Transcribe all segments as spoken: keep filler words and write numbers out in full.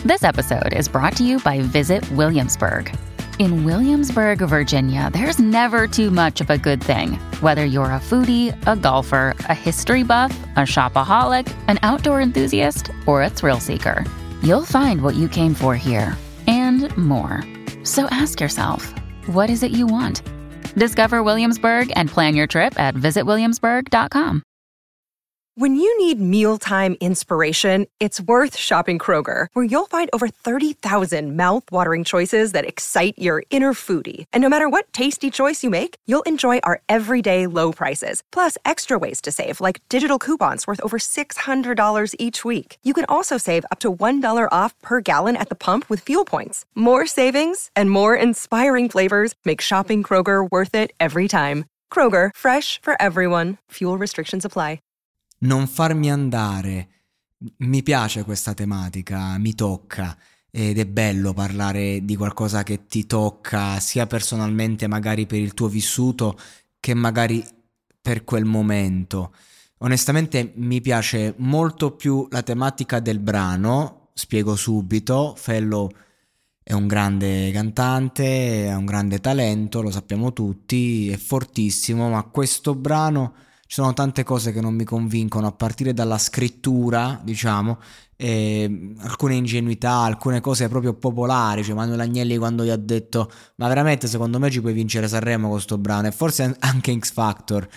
This episode is brought to you by Visit Williamsburg. In Williamsburg, Virginia, there's never too much of a good thing. Whether you're a foodie, a golfer, a history buff, a shopaholic, an outdoor enthusiast, or a thrill seeker, you'll find what you came for here and more. So ask yourself, what is it you want? Discover Williamsburg and plan your trip at visit williamsburg dot com. When you need mealtime inspiration, it's worth shopping Kroger, where you'll find over thirty thousand mouth-watering choices that excite your inner foodie. And no matter what tasty choice you make, you'll enjoy our everyday low prices, plus extra ways to save, like digital coupons worth over six hundred dollars each week. You can also save up to one dollar off per gallon at the pump with fuel points. More savings and more inspiring flavors make shopping Kroger worth it every time. Kroger, fresh for everyone. Fuel restrictions apply. Non farmi andare. Mi piace questa tematica, mi tocca, ed è bello parlare di qualcosa che ti tocca sia personalmente, magari per il tuo vissuto, che magari per quel momento. Onestamente mi piace molto più la tematica del brano. Spiego subito. Fellow è un grande cantante, ha un grande talento, lo sappiamo tutti, è fortissimo, ma questo brano... Ci sono tante cose che non mi convincono, a partire dalla scrittura, diciamo, e alcune ingenuità, alcune cose proprio popolari. Cioè Manuel Agnelli quando gli ha detto ma veramente secondo me ci puoi vincere Sanremo con sto brano, e forse anche X Factor,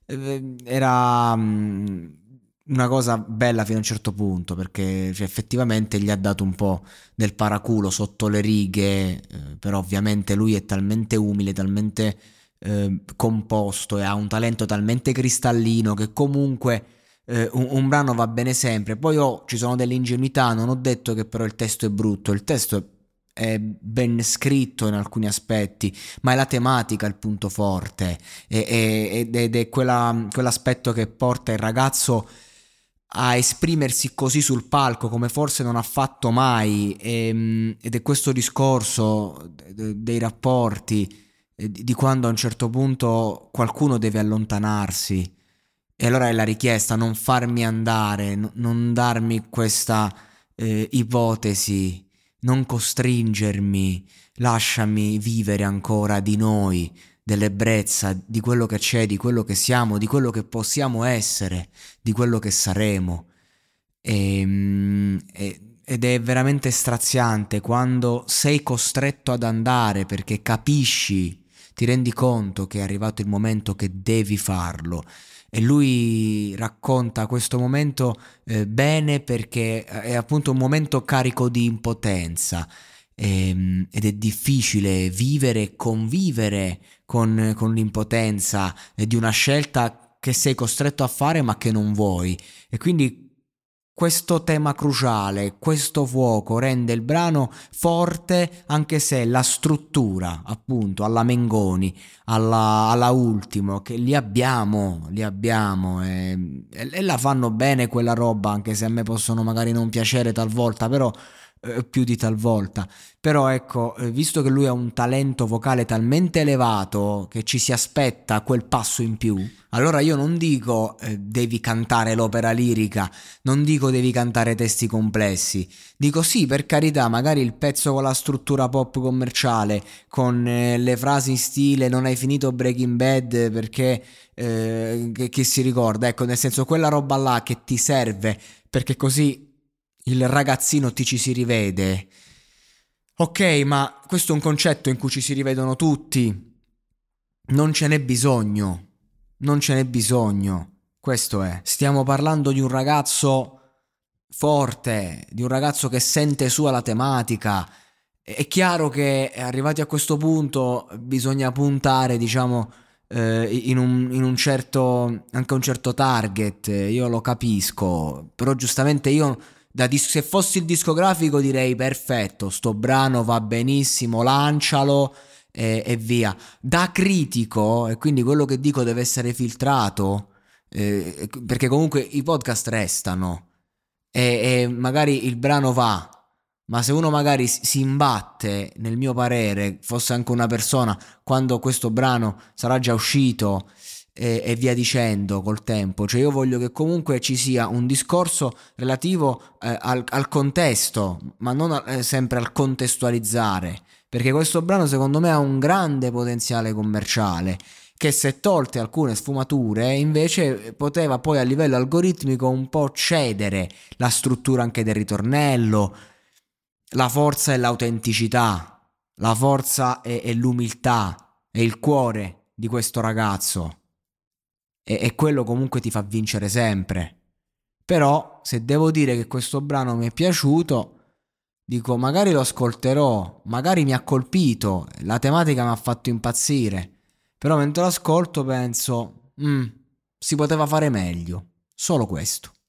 era una cosa bella fino a un certo punto, perché cioè, effettivamente gli ha dato un po' del paraculo sotto le righe, eh, però ovviamente lui è talmente umile, talmente... Eh, composto e ha un talento talmente cristallino che comunque eh, un, un brano va bene sempre. Poi oh, ci sono delle ingenuità, non ho detto che però il testo è brutto, il testo è ben scritto in alcuni aspetti, ma è la tematica il punto forte, e, e, ed è quella, quell'aspetto che porta il ragazzo a esprimersi così sul palco come forse non ha fatto mai, e, ed è questo discorso dei rapporti, di quando a un certo punto qualcuno deve allontanarsi, e allora è la richiesta: non farmi andare, n- non darmi questa eh, ipotesi, non costringermi, lasciami vivere ancora di noi, dell'ebbrezza, di quello che c'è, di quello che siamo, di quello che possiamo essere, di quello che saremo. E, e, ed è veramente straziante quando sei costretto ad andare perché capisci, ti rendi conto che è arrivato il momento che devi farlo. E lui racconta questo momento eh, bene, perché è appunto un momento carico di impotenza, e, ed è difficile vivere e convivere con, con l'impotenza di una scelta che sei costretto a fare ma che non vuoi. E quindi questo tema cruciale, questo fuoco rende il brano forte, anche se la struttura, appunto, alla Mengoni, alla, alla Ultimo, che li abbiamo, li abbiamo e, e la fanno bene quella roba, anche se a me possono magari non piacere talvolta, però eh, più di talvolta. Però ecco, eh, visto che lui ha un talento vocale talmente elevato che ci si aspetta quel passo in più, allora io non dico eh, devi cantare l'opera lirica, non dico devi cantare testi complessi, dico sì, per carità, magari il pezzo con la struttura pop commerciale, con eh, le frasi in stile non hai finito Breaking Bad perché eh, che, che si ricorda, ecco, nel senso, quella roba là che ti serve perché così il ragazzino ti ci si rivede. Ok, ma questo è un concetto in cui ci si rivedono tutti, non ce n'è bisogno. Non ce n'è bisogno, questo è. Stiamo parlando di un ragazzo forte, di un ragazzo che sente sua la tematica. È chiaro che arrivati a questo punto bisogna puntare, diciamo, eh, in, un, in un certo, anche un certo target, io lo capisco, però giustamente io, da dis- se fossi il discografico direi perfetto, sto brano va benissimo, lancialo, E, e via. Da critico, e quindi quello che dico deve essere filtrato, eh, perché comunque i podcast restano e, e magari il brano va, ma se uno magari si imbatte, nel mio parere, fosse anche una persona, quando questo brano sarà già uscito e, e via dicendo col tempo. Cioè io voglio che comunque ci sia un discorso relativo eh, al, al contesto, ma non a, eh, sempre al contestualizzare, perché questo brano secondo me ha un grande potenziale commerciale che, se tolte alcune sfumature, invece poteva poi a livello algoritmico un po' cedere la struttura anche del ritornello, la forza e l'autenticità, la forza e, e l'umiltà e il cuore di questo ragazzo. E, e quello comunque ti fa vincere sempre. Però se devo dire che questo brano mi è piaciuto, dico magari lo ascolterò, magari mi ha colpito, la tematica mi ha fatto impazzire, però mentre lo ascolto penso, mm, si poteva fare meglio, solo questo.